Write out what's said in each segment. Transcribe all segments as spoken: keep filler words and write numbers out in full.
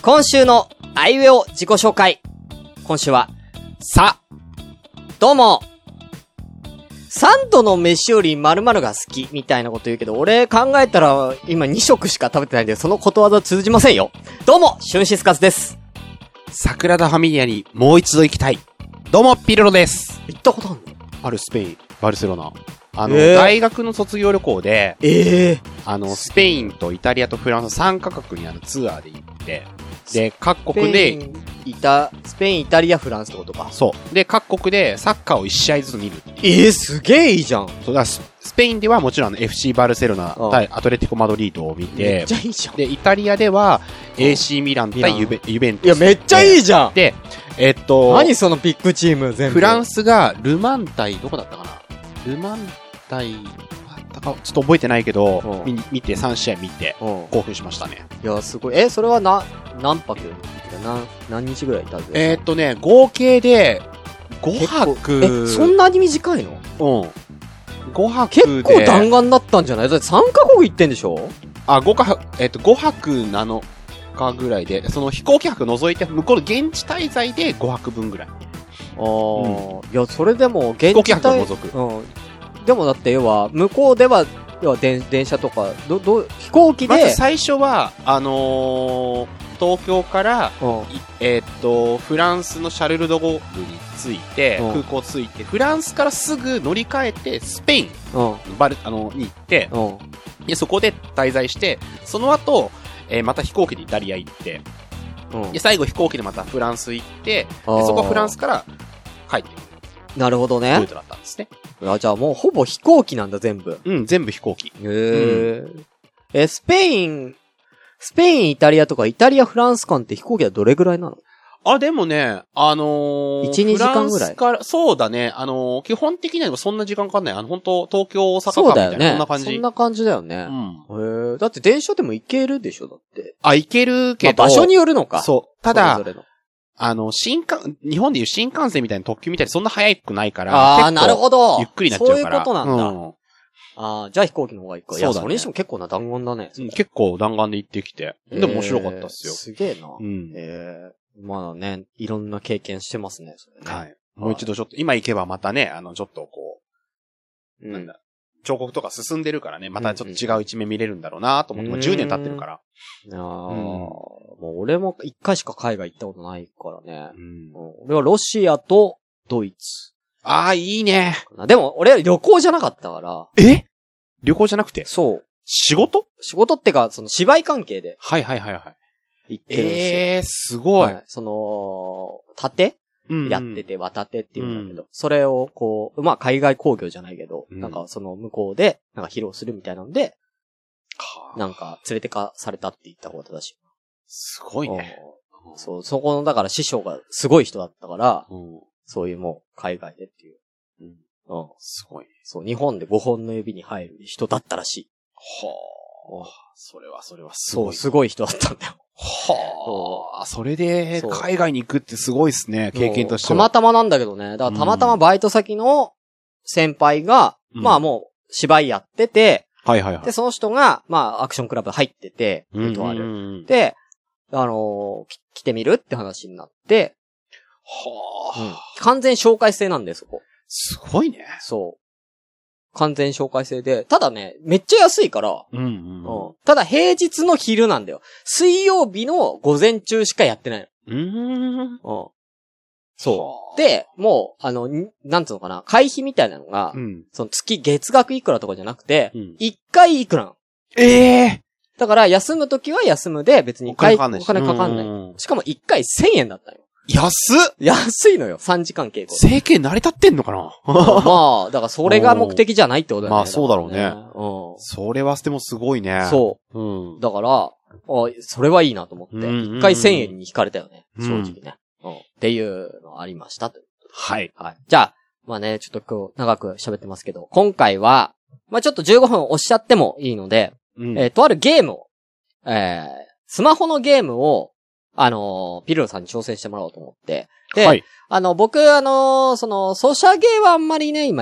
今週のあいうえお自己紹介。今週は、さ。どうも。三度の飯より〇〇が好きみたいなこと言うけど、俺考えたら今に食しか食べてないんで、そのことわざ通じませんよ。どうも、シュンシスカスです。 桜田ファミリアにもう一度行きたい。どうも、ピルロです。 行ったことあるの？ あるスペイン、バルセロナ。あの、 えー、 大学の卒業旅行で、 ええー、 あの、スペインとイタリアとフランスさんカ国にあのツアーで行って、で、各国で、 スペイン、イタ、スペイン、イタリア、フランスってことか。 そう。で、各国でサッカーをいち試合ずつ見る。 ええー、すげえいいじゃん。 そうだ、スペインではもちろんあの エフシー バルセロナ対アトレティコマドリードを見て、 めっちゃいいじゃん。 で、イタリアでは エーシー ミラン対ユベ、ユベントス。 いや、めっちゃいいじゃん。 で、えっと、 何そのビッグチーム全部。 フランスがルマン対、どこだったかな？ルマン対、あったか、ちょっと覚えてないけど、見、見て、さん試合見て、興奮しましたね。 いや、すごい。え、それはな、何泊何、何日ぐらいいたんですか？ えー、っとね、合計で、ごはく。 え、そんなに短いの？ うん。ごはくで。 結構弾丸だったんじゃない？だってさんカ国行ってんでしょ？ あ、ごか、えー、っと、ごはくなのかぐらいで、その飛行機泊除いて、向こうの現地滞在でごはくぶんぐらい。 ああ、うん、いや、それでも、現地飛行機泊を除く。 うん。でもだって、要は、向こうでは、要は電、電車とか、ど、ど、飛行機で。 まず最初は、あのー、東京から、うん、えー、っと、フランスのシャルルドゴールに着いて、うん、空港着いて、フランスからすぐ乗り換えて、スペイン、うん、バル、あの、に行って、うん、で、そこで滞在して、その後、えー、また飛行機でイタリア行って、うん、で、最後飛行機でまたフランス行って、でそこはフランスから帰ってくる。 なるほどね。 ルートだったんですね。 あ、じゃあもうほぼ飛行機なんだ、全部。 うん、全部飛行機。 へー。うん、え、スペイン、スペイン、イタリアとか、イタリア、フランス間って飛行機はどれぐらいなの？ あ、でもね、あのー、 いち、にじかんぐらい。 フランスから、そうだね、あのー、基本的にはそんな時間かかんない。あの、本当東京、大阪間みたいな。そうだよね。そんな感じ。 そんな感じだよね。うん。へえ。だって電車でも行けるでしょ、だって。 あ、行けるけど。 まあ、場所によるのか。 そう。ただ、あの、新幹、日本でいう新幹線みたいな特急みたいにそんな早くないから。 ああ、なるほど。 ゆっくりになっちゃうから。 そういうことなんだ。うん、ああ、じゃあ飛行機の方がいいか。そうだね。いや、それにしても結構な弾丸だね。 うん、結構弾丸で行ってきて。でも面白かったっすよ。 すげえな。 うん。 ええ。まあね、いろんな経験してますね、それね。 はい。もう一度ちょっと、今行けばまたね、あの、ちょっとこう、うん、なんだ、彫刻とか進んでるからね、またちょっと違う一面見れるんだろうなと思って、もうじゅうねん経ってるから。ああ、うん、もう俺も一回しか海外行ったことないからね。うん、俺はロシアとドイツ。 ああ、いいね。 でも俺は旅行じゃなかったから。 え？旅行じゃなくて？ そう。 仕事？ 仕事ってか、その芝居関係で。 はいはいはいはい。 行ってるんですよ。 ええー、すごい。はい、 その、盾、うんうん、やってて、渡手っていうんだけど、うん、それをこう、まあ、海外興行じゃないけど、うん、なんかその向こうで、なんか披露するみたいなので、うん、なんか連れてかされたって言った方が正しい。 すごいね。 そう、そこの、だから師匠がすごい人だったから、うん、そういうもう海外でっていう。 うん。うん。すごいね。 そう、日本でごほんの指に入る人だったらしい。 はあ。それはそれはすごい。 そう、すごい人だったんだよ。 はあ。それで、海外に行くってすごいですね、経験としては。 たまたまなんだけどね。だからたまたまバイト先の先輩が、うん、まあもう芝居やってて、 はいはいはい。 で、その人が、まあアクションクラブ入ってて、とある。で、あのー、来てみるって話になって、はあ、うん。完全紹介制なんで、そこ。 すごいね。 そう。完全紹介制で、ただね、めっちゃ安いから、うんうんうんうん、ただ平日の昼なんだよ。水曜日の午前中しかやってないの。うーん、うん、そう。で、もう、あの、なんつうのかな、会費みたいなのが、うん、その月月額いくらとかじゃなくて、一、うん、回いくらなの。 ええー、 だから休むときは休むで別にお金かかんないし。お金かかんない。しかも一回せんえんだったよ。 安っ安いのよ、さんじかん稽古。 整形成り立ってんのかなまあ、だからそれが目的じゃないってことだよね。 まあそうだろうね。うん。それはでもすごいね。 そう。うん。だから、あ、それはいいなと思って、一回せんえんに引かれたよね。正直ね。うん。っていうのありましたと。 はい。 はい。じゃあ、まあね、ちょっと今日長く喋ってますけど、今回は、まあちょっとじゅうごふんおっしゃってもいいので、うん、えー、とあるゲームを、えー、スマホのゲームを、あのー、ピルロさんに挑戦してもらおうと思って。で、はい、あの、僕、あのー、その、ソシャゲはあんまりね、今やっ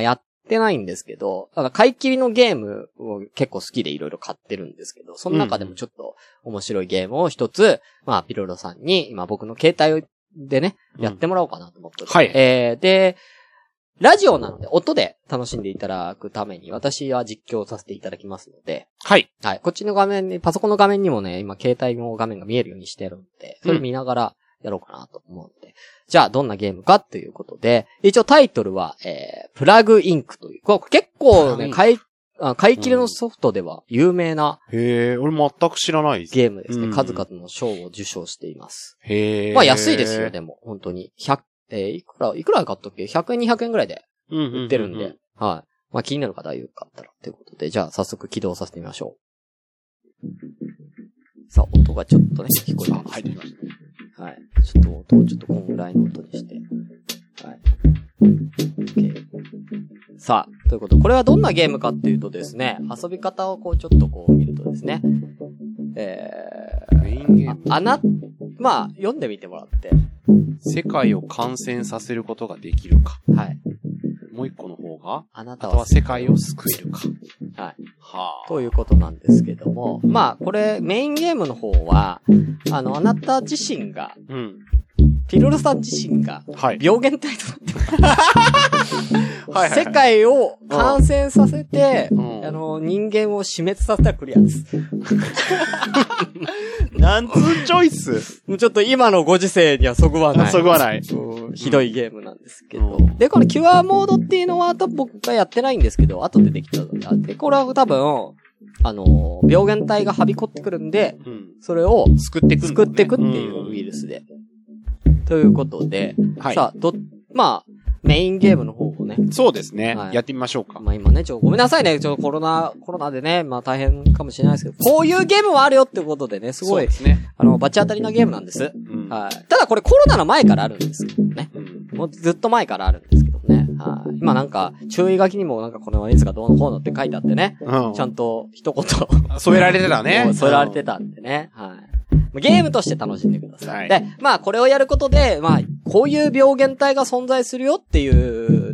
てないんですけど、なんか買い切りのゲームを結構好きでいろいろ買ってるんですけど、その中でもちょっと面白いゲームを一つ、まあ、ピロロさんに今僕の携帯でね、やってもらおうかなと思ってて、うん、はい。えー、で、ラジオなので音で楽しんでいただくために私は実況させていただきますので、はい。はい。こっちの画面に、パソコンの画面にもね、今携帯の画面が見えるようにしてるんで、それ見ながらやろうかなと思うんで、うん、じゃあどんなゲームかということで、一応タイトルは、えー、プラグインクという、これ結構ね、買い、あ買い切りのソフトでは有名な、 うん、へえ、俺全く知らないゲームですね、うん。数々の賞を受賞しています。へえ。まあ安いですよ、でも、本当に。ひゃく、えー、いくら、いくら買ったっけ ?ひゃくえん、にひゃくえんぐらいで売ってるんで、うんうんうんうん、はい。まあ気になる方はよかったらということで、じゃあ早速起動させてみましょう。さあ、音がちょっとね、聞こえます。はい、出ました。はい。ちょっと音をちょっとこんぐらいの音にして。はい。OK。さあ、ということで、これはどんなゲームかっていうとですね、遊び方をこうちょっとこう見るとですね、えー、メインゲームあ、あな、まあ、読んでみてもらって。 世界を感染させることができるか。はい。もう一個の方が、あなたは世界を救えるか。 はい。はあ。ということなんですけども、まあ、これ、メインゲームの方は、あの、あなた自身が、うん。ピロロさん自身が、はい。病原体となってます。はい。世界を感染させて、うん、あの、人間を死滅させたらクリアです。 なんつうチョイスちょっと今のご時世にはそぐわない。 そぐわない。 ひどいゲームなんですけど。うん、で、このキュアモードっていうのは多分僕がやってないんですけど、後でできたのがあって、これは多分、あの、病原体がはびこってくるんで、うん、それを救っていく、ね、救っていくっていうウイルスで。うん、ということで、はい、さあ、ど、まあ、メインゲームの方をね。 そうですね。はい、やってみましょうか。 まあ今ね、ちょ、ごめんなさいね。ちょ、コロナ、コロナでね、まあ大変かもしれないですけど、こういうゲームもあるよってことでね、すごい、ね、あの、バチ当たりなゲームなんです。うん、はい。ただこれコロナの前からあるんですけどね。うん、もうずっと前からあるんですけどね。はい。今なんか、注意書きにもなんかこのウイルスがどうのこうのって書いてあってね。うん、ちゃんと一言添えられてたね。 添えられてたんでね。はい。ゲームとして楽しんでください。はい、で、まあこれをやることで、まあ、こういう病原体が存在するよっていう、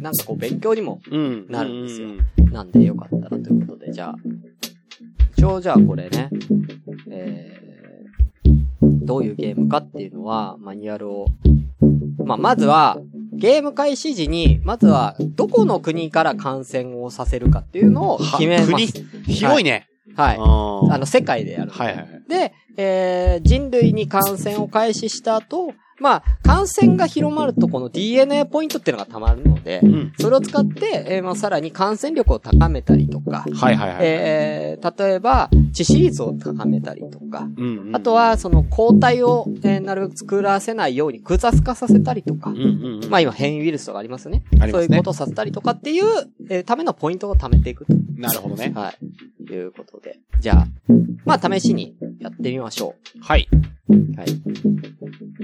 なんかこう勉強にもなるんですよ。うん、なんでよかったらということで、じゃあ、一応じゃあこれね、えー、どういうゲームかっていうのは、マニュアルを、まあまずは、ゲーム開始時に、まずは、どこの国から感染をさせるかっていうのを決めます。国広いね。 はい。あの、世界でやる。はいはいはい。で、えー、人類に感染を開始した後、まあ、感染が広まるとこの ディーエヌエー ポイントっていうのが溜まるので、うん、それを使って、えー、まあ、さらに感染力を高めたりとか、はいはいはい。えー、例えば、致死率を高めたりとか、うんうん、あとは、その抗体を、えー、なるべく作らせないように空雑化させたりとか、うんうんうん、まあ今変異ウイルスとかありますね。ありますね。そういうことをさせたりとかっていう、えー、ためのポイントを貯めていくと。 なるほどね。 はい。ということで。じゃあ、まあ試しにやってみましょう。 はい。 はい。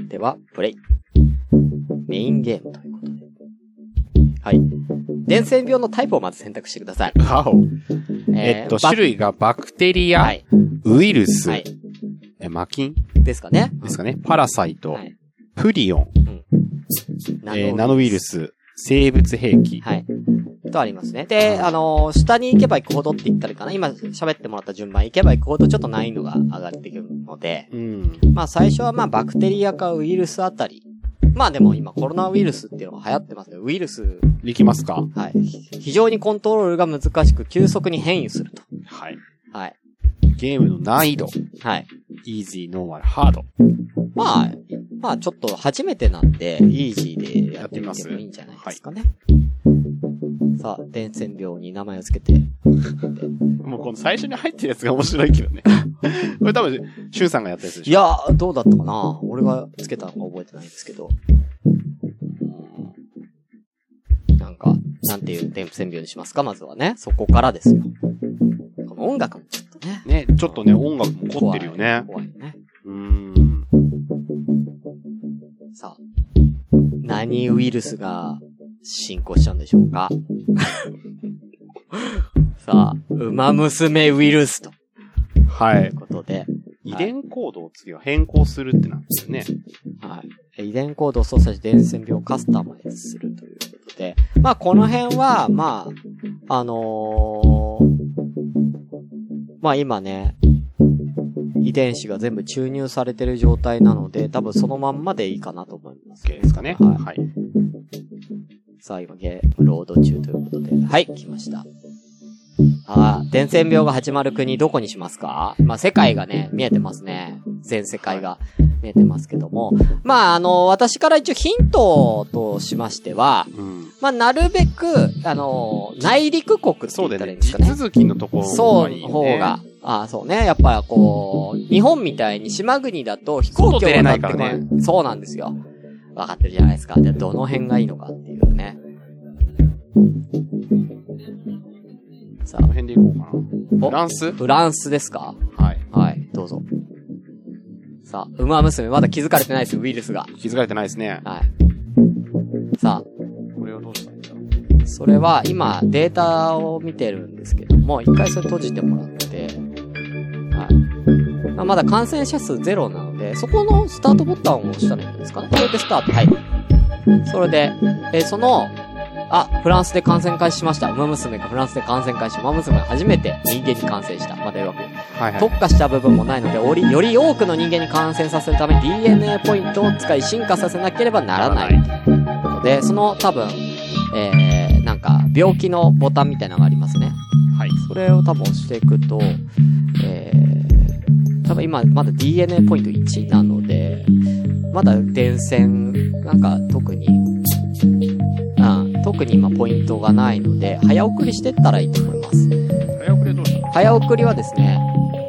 では、プレイ。メインゲームということで。はい。伝染病のタイプをまず選択してください。 はお。えー、っと、種類がバクテリア、はい、ウイルス、はい、え、マキンですかね。 ですかね。パラサイト、はい、プリオン、うん、ナ, えー、ナノウイルス、生物兵器。 はい。とありますね。で、あのー、下に行けば行くほどって言ったらいいかな。今喋ってもらった順番行けば行くほどちょっと難易度が上がってくるので、うん、まあ最初はまあバクテリアかウイルスあたり。まあでも今コロナウイルスっていうのが流行ってますけど、ウイルス。 いきますか？ はい。非常にコントロールが難しく急速に変異すると。 はい。 はい。 ゲームの難易度。はい。イージー、ノーマル、ハード。 まあ、まあちょっと初めてなんで、イージーでやってみてもいいんじゃないですかね。さあ、伝染病に名前をつけて。 もうこの最初に入ってるやつが面白いけどね。これ多分、シュウさんがやったやつでしょ。 いや、どうだったかな。俺がつけたのか覚えてないんですけど。なんか、なんていう伝染病にしますかまずはね。そこからですよ。この音楽もちょっとね。 ね、ちょっとね、音楽も凝ってるよね。 怖いね。 うーん。 さあ、何ウイルスが進行しちゃうんでしょうかさあ、ウマ娘ウイルスと。 はい。 ということで。 遺伝コードを次は変更するってなんですよね。 はい。遺伝コードを操作し伝染病をカスタマイズするということで。まあこの辺は、まあ、 あのー、まあ今ね、遺伝子が全部注入されてる状態なので、多分そのまんまでいいかなと思います。 OK ですかね。 はい。 はい、 さあ今ゲームロード中ということで。はい、来ました。ああ、伝染病が始まる国どこにしますか？まあ世界がね、見えてますね。全世界が見えてますけども。まああの、私から一応ヒントとしましては、うん、まあなるべく、あの、内陸国って言ったらいいんですかね。 そうだね。地続きのところがいいね。 そう、方が。ああ、そうね。やっぱこう、日本みたいに島国だと飛行機を渡ってこない。そうなんですよ。わかってるじゃないですか。じゃあどの辺がいいのかっていうね。 さあ、この辺で行こうかな。フランス？ フランスですか？ はい。 はい、どうぞ。さあ、ウマ娘まだ気づかれてないです、ウイルスが。 気づかれてないですね。 はい。さあ。 これをどうしたらいいんだ？ それは今、データを見てるんですけども、一回それ閉じてもらって、はい。まあ、まだ感染者数ゼロなので、そこのスタートボタンを押したらいいんですかね。これでスタート。はい。それで、えー、その、あ、フランスで感染開始しました。ウマ娘がフランスで感染開始。ウマ娘が初めて人間に感染した。まだよく。はいはい。特化した部分もないので、より、より多くの人間に感染させるため ディーエヌエー ポイントを使い進化させなければならない。ので、その多分、えー、なんか、病気のボタンみたいなのがありますね。はい。それを多分押していくと、えー、多分今、まだ ディーエヌエー ポイントいちなので、まだ伝染、なんか特に、特に今ポイントがないので、早送りしてったらいいと思います。 早送りはどうしたの？ 早送りはですね、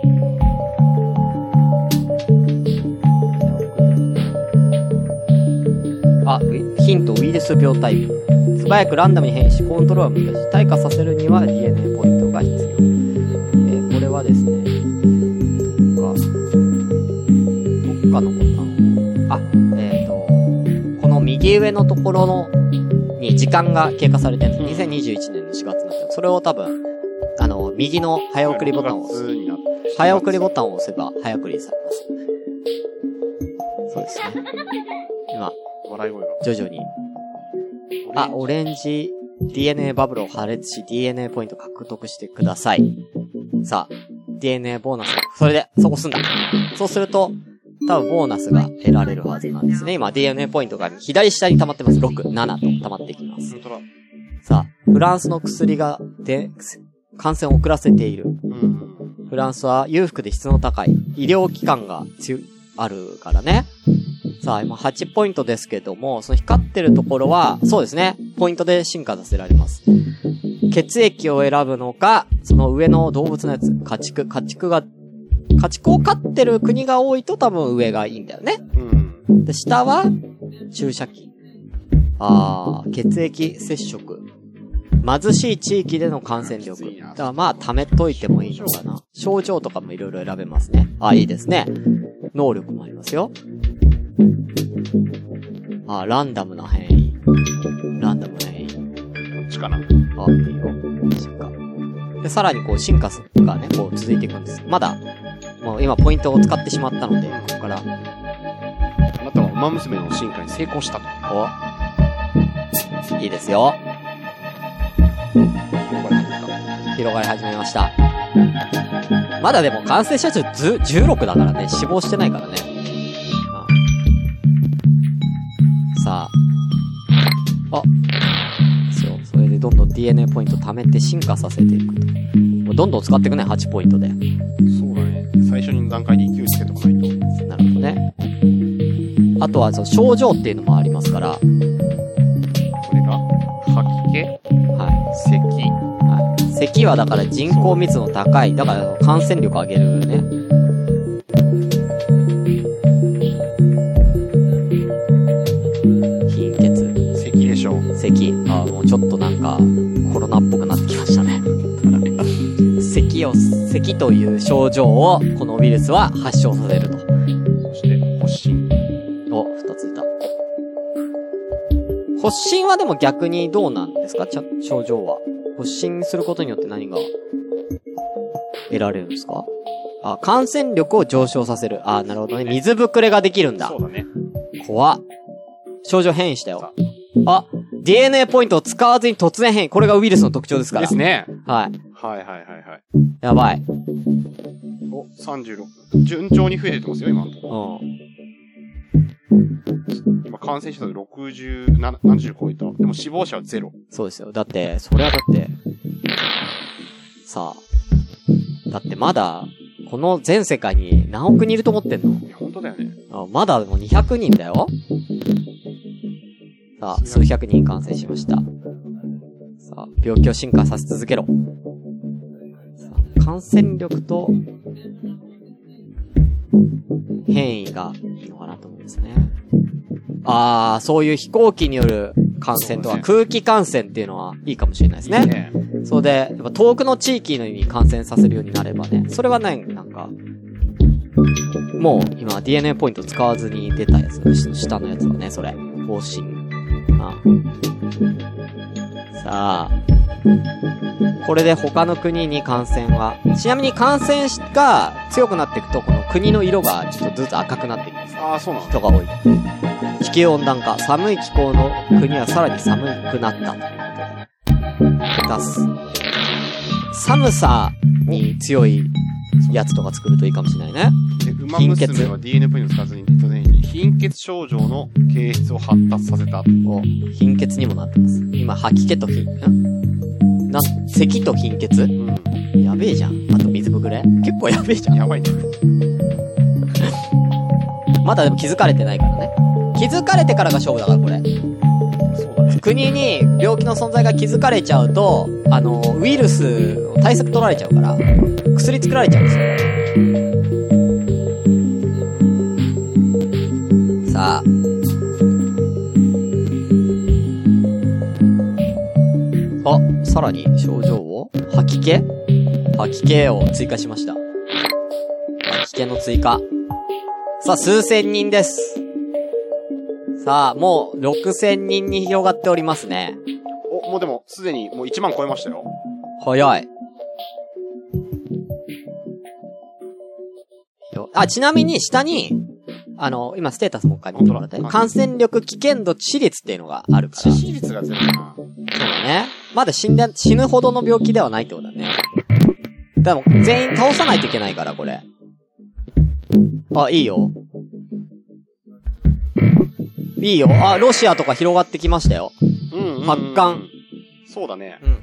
あ、ヒント、ウイルス病タイプ。素早くランダムに変異し、コントロールは難しい。退化させるには ディーエヌエー ポイントが必要。えー、これはですね、どっか、どっかのボタンを、あ、えっと、この右上のところの、に時間が経過されてるんです。にせんにじゅういちねんのしがつになってる。それを多分、あの、右の早送りボタンを押す。早送りボタンを押せば早送りされます。そうですね。今、 笑い声が徐々に。あ、オレンジ ディーエヌエー バブルを破裂し ディーエヌエー ポイント獲得してください。さあ、ディーエヌエー ボーナス。それで、そこすんだ。そうすると、多分ボーナスが得られるはずなんですね。今 ディーエヌエー ポイントが左下に溜まってます。ろく、ななと溜まっていきます。さあ、フランスの薬がで感染を遅らせている。うん、フランスは裕福で質の高い医療機関が強あるからね。さあ、今はちポイントですけども、その光ってるところは、そうですね、ポイントで進化させられます。血液を選ぶのか、その上の動物のやつ、家畜、家畜が家畜を飼ってる国が多いと多分上がいいんだよね。うん。で、下は注射器。あー、血液接触。貧しい地域での感染力。だからまあ、貯めといてもいいのかな。症状とかもいろいろ選べますね。あ、いいですね。能力もありますよ。あ、ランダムな変異。ランダムな変異。こっちかな。あ、いいよ。進化。で、さらにこう、進化がね、こう続いていくんです。まだ、もう今ポイントを使ってしまったので、ここから。あなたはウマ娘の進化に成功したと。 お。いいですよ。広がり始めました。まだでも感染者数じゅうろくだからね、死亡してないからね。さあ。あ。ですよ。それでどんどん ディーエヌエー ポイント貯めて進化させていくと。もうどんどん使っていくね、はちポイントで。 そうだね。最初の段階で勢いつけておかないと。 なるほどね。あとは、その症状っていうのもありますから。これが吐き気？ はい。 咳。 はい。咳はだから人口密度の高い。だから感染力上げるね。貧血。 咳でしょ。 咳。あ、もうちょっとなんか、コロナっぽくなってきましたね。咳を、咳という症状を、このウイルスは発症させると。 そして、発疹。 お、二ついた。発疹はでも逆にどうなんですか？ちゃ、症状は。発疹することによって何が得られるんですか？あ、感染力を上昇させる。あ、なるほどね。水ぶくれができるんだ。 そうだね。 怖っ。症状変異したよ。あ、 ディーエヌエー ポイントを使わずに突然変異。これがウイルスの特徴ですから。 ですね。 はい。 はいはいはいはい。 やばい。 お、さんじゅうろく。順調に増えてますよ、今のところ。うん。今、感染者数ろくじゅうなな、ななじゅう超えた。でも死亡者はゼロ。 そうですよ。だって、それはだって、さあ、だってまだ、この全世界に何億人いると思ってんの？ いや、本当だよね。 あ、まだもうにひゃくにんだよ。さあ、数百人感染しました。さあ、病気を進化させ続けろ。さあ、感染力と、変異がいいのかなと思うんですね。ああ、そういう飛行機による感染とか、空気感染っていうのはいいかもしれないですね。いいね。そうで、やっぱ遠くの地域に感染させるようになればね、それはね、なんか、もう今 ディーエヌエー ポイント使わずに出たやつ、下のやつはね、それ、方針。ああ、さあ、これで他の国に感染は、ちなみに感染が強くなっていくと、この国の色がちょっとずつ赤くなっていきます。 ああ、そうなんだ。 人が多い。地球温暖化、寒い気候の国はさらに寒くなったということで。出す。寒さに強いやつとか作るといいかもしれないね。 馬娘は ディーエヌエー ポイント使わずに突然貧血症状の形質を発達させた。 お、貧血にもなってます。今、吐き気と貧、んな、咳と貧血、うん、やべえじゃん。あと水ぶくれ結構やべえじゃん。 やばいね。 まだでも気づかれてないからね。気づかれてからが勝負だから、これ。そうだね。国に病気の存在が気づかれちゃうと、あの、ウイルスの対策取られちゃうから、薬作られちゃうんですよ。さあ。あ、さらに症状を吐き気吐き気を追加しました。吐き気の追加。さあ、数千人です。さあ、もうろくせんにんに広がっておりますね。 お、もうでも、すでにもういちまん超えましたよ。 早い。あ、ちなみに下に、あの、今ステータスもう一回見てもらって。感染力危険度致死率っていうのがあるから。 致死率がゼロだな。 そうだね。まだ死んで、死ぬほどの病気ではないってことだね。でも、全員倒さないといけないから、これ。あ、いいよ。いいよ。あ、ロシアとか広がってきましたよ。 うんうんうん。 発汗。 そうだね。 うん。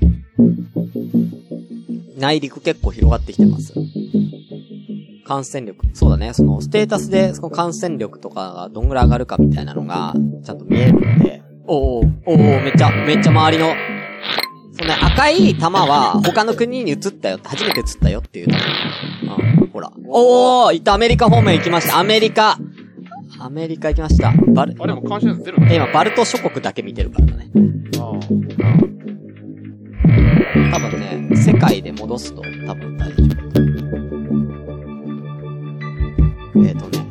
内陸結構広がってきてます。感染力。そうだね。その、ステータスで、その感染力とかがどんぐらい上がるかみたいなのが、ちゃんと見えるので。おー、おー、めっちゃ、めっちゃ周りの、そのね、赤い玉は、他の国に移ったよ、初めて移ったよっていうの。うん、ほら。おー、いった、アメリカ方面行きました。アメリカ。アメリカ行きました。バル、 あれも感染者ゼロだね。 今、バルト諸国だけ見てるからね。ああ。多分ね、世界で戻すと、多分大丈夫。えーとね。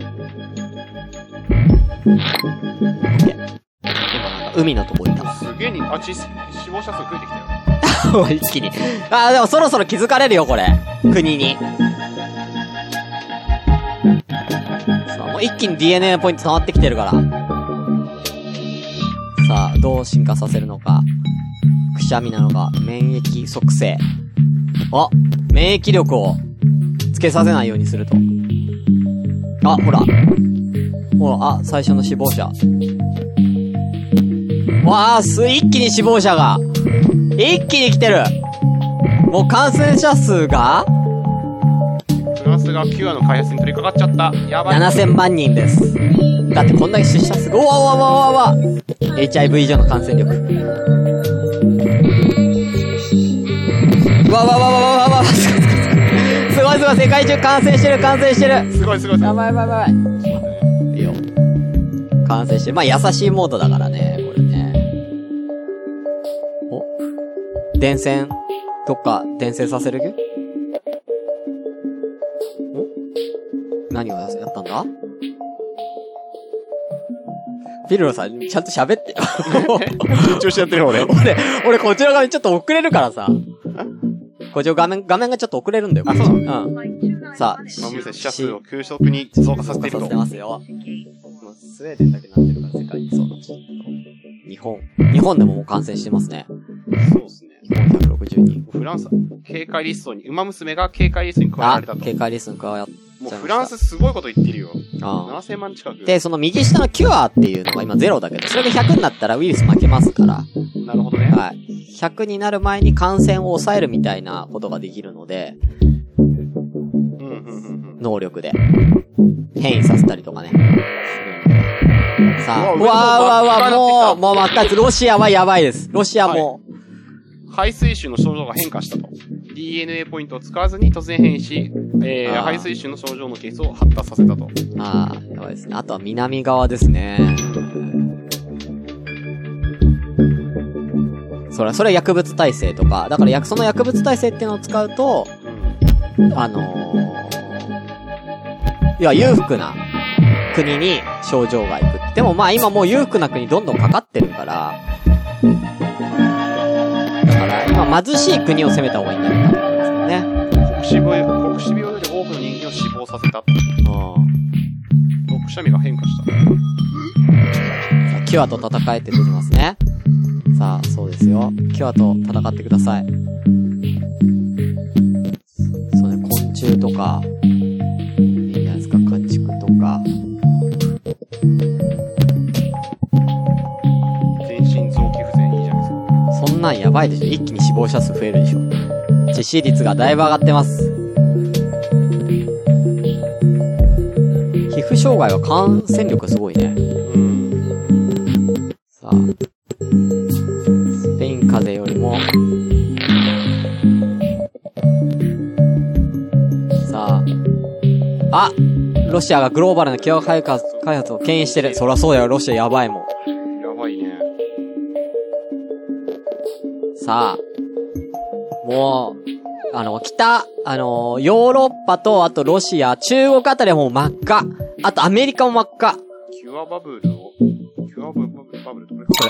海のとこいた。 すげえに、あ、ち、死亡者数増えてきたよ。一気に。あ、でもそろそろ気づかれるよ、これ。国に。さあ、もう一気に ディーエヌエー ポイント溜まってきてるから。さあ、どう進化させるのか。くしゃみなのか、免疫促成。あ、免疫力をつけさせないようにすると。あ、ほら。ほら、あ、最初の死亡者。わー、す、一気に死亡者が。一気に来てる。もう感染者数がフランスがキュアの開発に取り掛かっちゃった。やばい。 ななせんまんにんです。だってこんだけ死者数が、うわわわわわわ エイチアイブイ 以上の感染力。うわわわわわわわすごいすごいすごい、世界中感染してる、感染してる。 すごいすごい。 やばいやばいやばい。いいよ。感染してる。まあ、優しいモードだからね、これね。お伝染、どっか伝染させる？お何をやったんだ？ピルロさん、ちゃんと喋ってよ。 緊張しちゃってる俺。 俺、俺こちら側にちょっと遅れるからさ。こちら画面、画面がちょっと遅れるんだよ。 あ、そうなの？うん。さあ、 死者数を急速に増加させていると。 増加させてますよ。もうスウェーデンだけなってるから世界にそうなっちゃう。 日本。日本でももう感染してますね。 そうですね。 ひゃくろくじゅうにん。 フランス、警戒リストに、馬娘が警戒リストに加えられたと。 警戒リストに加わっもうフランスすごいこと言ってるよ。 ああななせんまん近く。 で、その右下のキュアっていうのが今ゼロだけど、それがひゃくになったらウイルス負けますから。 なるほどね。 はい。ひゃくになる前に感染を抑えるみたいなことができるので、 うんうんうんうん、 能力で。変異させたりとかね。さあ、うわーうわーうわー、もう、もう真っ赤です。ロシアはやばいです。ロシアも。 はい、肺水腫の症状が変化したと。ディーエヌエー ポイントを使わずに突然変異し、えー、肺水腫の症状のケースを発達させたと。 ああ、やばいですね。あとは南側ですね。それは、それは薬物耐性とか、だから薬、その薬物耐性っていうのを使うと、あのー、いや、裕福な国に症状がいく。でもまあ今もう裕福な国どんどんかかってるから、だから今貧しい国を攻めた方がいいんだろうなと思いますよね。 黒死病、黒死病より多くの人間を死亡させた。うん。毒シャミが変化した。 さあ、キュアと戦えって出てますね。さあ、そうですよ。キュアと戦ってください。そうね、昆虫とか、いいじゃないですか、家畜とか。 全身臓器不全いいじゃないですか。 そんなんやばいでしょ。一気に死亡者数増えるでしょ。致死率がだいぶ上がってます。皮膚障害は感染力すごいね。うん。さあ。スペイン風邪よりも、さあ。あロシアがグローバルなキュア開発を牽引してる。そりゃそうだよ、ロシアやばいもん。 やばいね。 さあ。もう、あの、北、あの、ヨーロッパと、あとロシア、中国あたりはもう真っ赤。あとアメリカも真っ赤。 キュアバブルを、キュアバブル、バブルどれか。これ。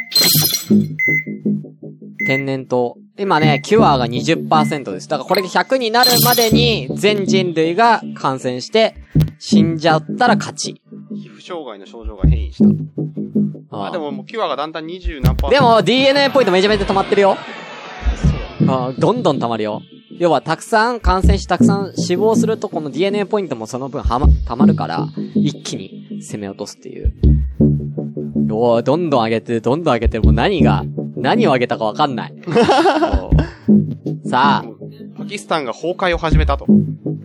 天然痘。今ね、キュアが にじゅっパーセント です。だからこれがひゃくになるまでに全人類が感染して死んじゃったら勝ち。 皮膚障害の症状が変異した。ああ、でももうキュアがだんだんにじゅう何パーセント。 でも ディーエヌエー ポイントめちゃめちゃ溜まってるよ。ああ、どんどん溜まるよ。要はたくさん感染したくさん死亡するとこの ディーエヌエー ポイントもその分はま、溜まるから一気に攻め落とすっていう。おー、どんどん上げてどんどん上げてもう何が何を上げたかわかんない。さあ。 パキスタンが崩壊を始めたと。 うん、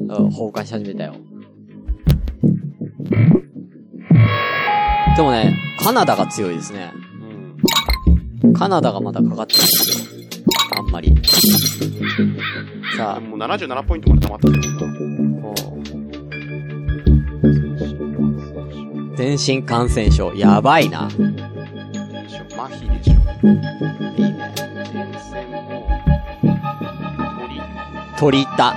崩壊し始めたよ。でもね、カナダが強いですね。うん、カナダがまだかかってないんですよ。あんまり。さあ。 もうななじゅうななポイントまで溜まったんだよ。 全身感染症。やばいな。 麻痺でしょ。 いいね。鳥いた。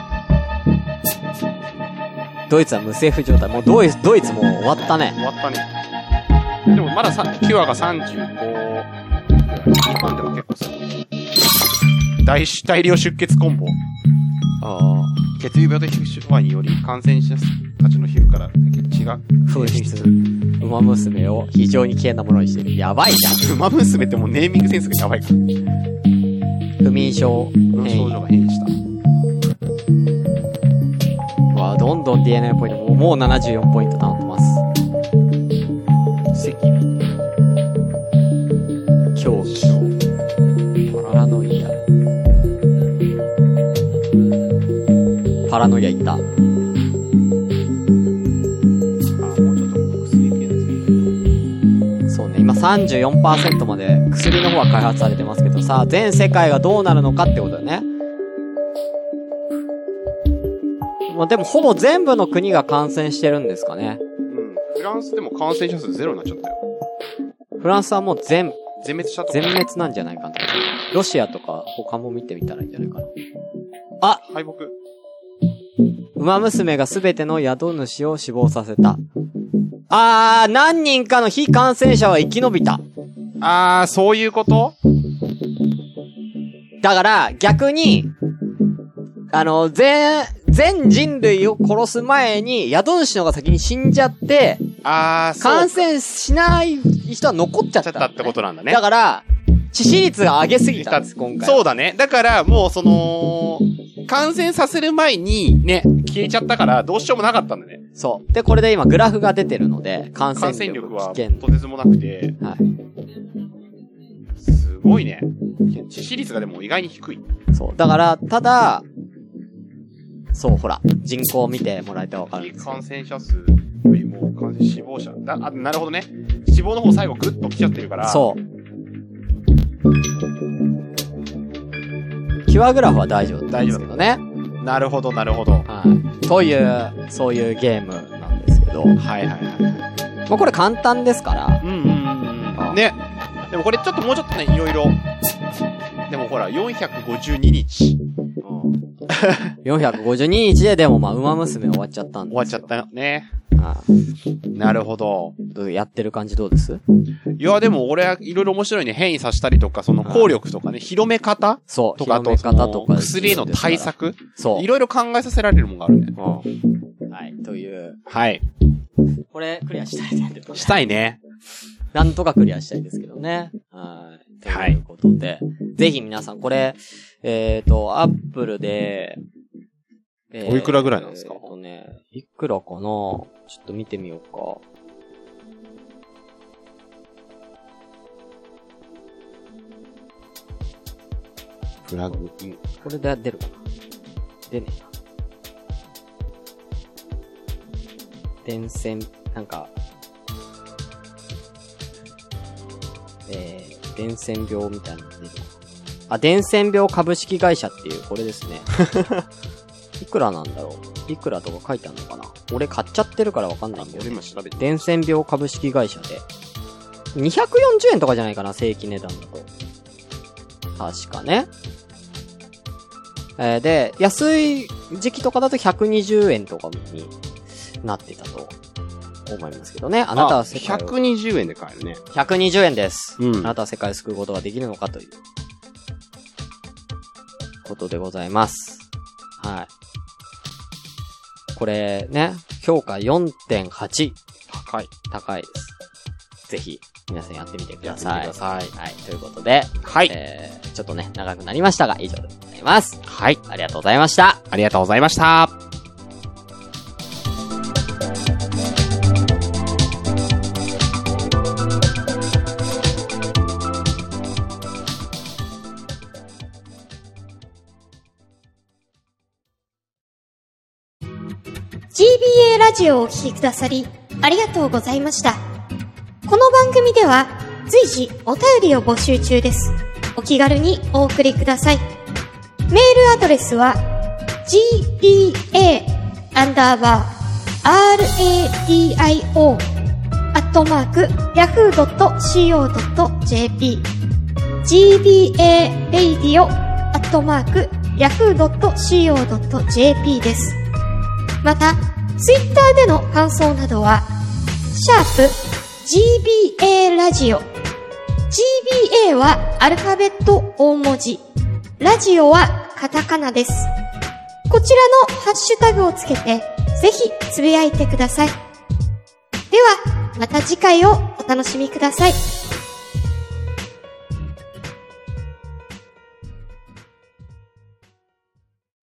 ドイツは無政府状態。もうドイツ、ドイツもう終わったね。 終わったね。でもまださ、キュアがさんじゅうご。日本でも結構すごい。大、大量出血コンボ。ああ。血液病と皮膚障害により感染者たちの皮膚から血が噴出。馬娘を非常に危険なものにしてる。やばいじゃん。馬娘ってもうネーミングセンスがやばいから。 不眠症の症状が変異した。 わあ、どんどん ディーエヌエー ポイントも、もうななじゅうよんポイント溜まってます。 咳。 狂気。パラノイア。パラノイアいった。今 さんじゅうよんパーセント まで薬の方は開発されてますけどさあ、全世界がどうなるのかってことだよね。まあ、でもほぼ全部の国が感染してるんですかね。 うん。フランスでも感染者数ゼロになっちゃったよ。 フランスはもう全、 全滅したとか。 全滅なんじゃないかな。ロシアとか他も見てみたらいいんじゃないかな。あ敗北。 馬娘がすべての宿主を死亡させた。あー、何人かの非感染者は生き延びた。 あー、そういうこと？ だから、逆に、あの、全、全人類を殺す前に、宿主の方が先に死んじゃって、 あー、そう。 感染しない人は残っちゃった、ね。 ちゃったってことなんだね。 だから、致死率が上げすぎたんです、今回。 そうだね。だから、もうその、感染させる前に、ね、消えちゃったから、どうしようもなかったんだね。 そう。で、これで今グラフが出てるので、感染力はとてつもなくて。 はい。 すごいね。致死率がでも意外に低い。 そう。だから、ただ、そう、ほら、人口を見てもらえてわかるんですよ。 感染者数よりも、感染死亡者。だ、あ、なるほどね。死亡の方最後グッと来ちゃってるから。 そう。キュアグラフは大丈夫なんですけどね。 なるほど、なるほど。 はい。という、そういうゲームなんですけど。はいはいはい。 まあこれ簡単ですから。 うんうんうん。ね。でもこれちょっともうちょっとね、いろいろ。でもほら、よんひゃくごじゅうににち。 よんひゃくごじゅうににちででもまあ、馬娘終わっちゃったんですよ。 終わっちゃったよね。 ああなるほど。 やってる感じどうです？ いや、でも俺はいろいろ面白いね。変異させたりとか、その効力とかね、広め方そう。 とか、あと、薬への対策そう。いろいろ考えさせられるものがあるね。 うん。はい。という。 はい。 これ、クリアしたいね。 したいね。 なんとかクリアしたいですけどね。はい。ということで、はい、ぜひ皆さん、これ、えっと、アップルで、 えー、おいくらぐらいなんですか？ えー、とね、いくらかな？ちょっと見てみようか。 フラグ。 これで出るかな？出ねえな。電線、なんか、えー、伝染病みたいなの出る。あ、伝染病株式会社っていう、これですね。いくらなんだろう。いくらとか書いてあるのかな。俺買っちゃってるからわかんないんだよ、ね。 俺今調べて。 伝染病株式会社で。にひゃくよんじゅうえんとかじゃないかな、正規値段だと。確かね。えー、で、安い時期とかだとひゃくにじゅうえんとかになってたと思いますけどね。あなたは世界を。 ひゃくにじゅうえんで買えるね。 ひゃくにじゅうえんです。 うん。 あなたは世界を救うことができるのかということでございます。はい。これね、評価 よんてんはち。 高い。 高いです。ぜひ、皆さんやってみてください。 やってみてください。 はい。ということで、 はい。 えー、ちょっとね、長くなりましたが、以上でございます。 はい。 ありがとうございました。 ありがとうございました。 ジービーエー ラジオをお聞きくださり、ありがとうございました。この番組では、随時お便りを募集中です。お気軽にお送りください。メールアドレスは、ジービーエー アンダーバー アールエーディーアイオー アットマーク ヤフー ドット シーオー ドット ジェーピー ジービーエー レイディオ アットマーク ヤフー ドット シーオー ドット ジェーピー です。また、ツイッターでの感想などは、シャープ ジービーエー ラジオ。ジービーエー はアルファベット大文字。ラジオはカタカナです。こちらのハッシュタグをつけて、ぜひつぶやいてください。では、また次回をお楽しみください。